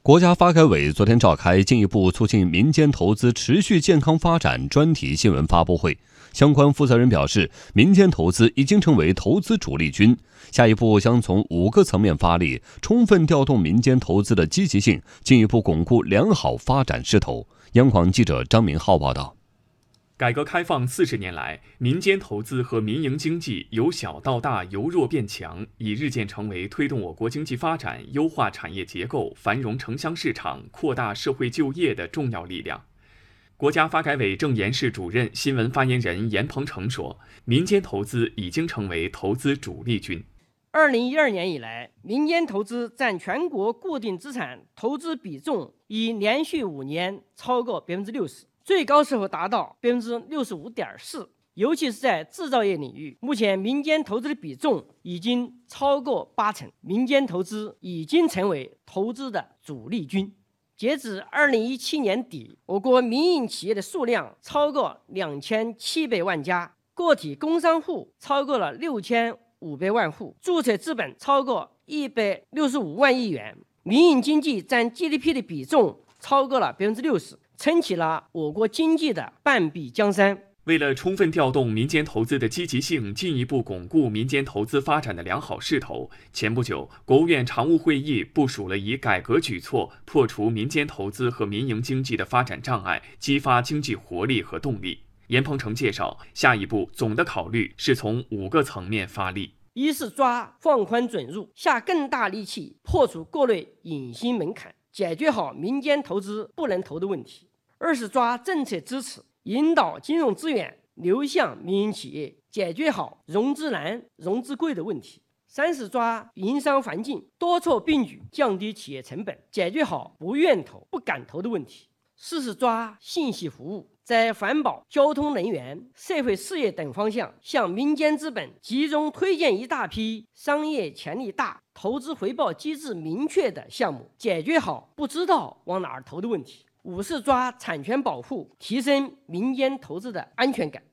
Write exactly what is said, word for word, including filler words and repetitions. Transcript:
国家发改委昨天召开进一步促进民间投资持续健康发展专题新闻发布会，相关负责人表示，民间投资已经成为投资主力军，下一步将从五个层面发力，充分调动民间投资的积极性，进一步巩固良好发展势头。央广记者张明浩报道。 改革开放四十年来，民间投资和民营经济由小到大、由弱变强，已日渐成为推动我国经济发展、优化产业结构、繁荣城乡市场、扩大社会就业的重要力量。国家发改委政研室主任、新闻发言人严鹏程说，民间投资已经成为投资主力军。 二零一二年以来，民间投资占全国固定资产投资比重已连续五年超过百分之六十。最高时候达到百分之六十五点四，尤其是在制造业领域，目前民间投资的比重已经超过八成，民间投资已经成为投资的主力军。截至二零一七年底，我国民营企业的数量超过两千七百万家，个体工商户超过了六千五百万户，注册资本超过一百六十五万亿元，民营经济占 G D P 的比重超过了百分之六十。撑起了我国经济的半壁江山。 为了充分调动民间投资的积极性，进一步巩固民间投资发展的良好势头，前不久，国务院常务会议部署了以改革举措破除民间投资和民营经济的发展障碍，激发经济活力和动力。严鹏程介绍，下一步总的考虑是从五个层面发力： 一是抓放宽准入，下更大力气破除各类隐形门槛，解决好民间投资不能投的问题；二是抓政策支持，引导金融资源流向民营企业，解决好融资难、融资贵的问题；三是抓营商环境，多措并举，降低企业成本，解决好不愿投、不敢投的问题；四是抓信息服务，在环保、交通能源、社会事业等方向，向民间资本集中推荐一大批商业潜力大、投资回报机制明确的项目，解决好不知道往哪儿投的问题。五是抓产权保护，提升民间投资的安全感。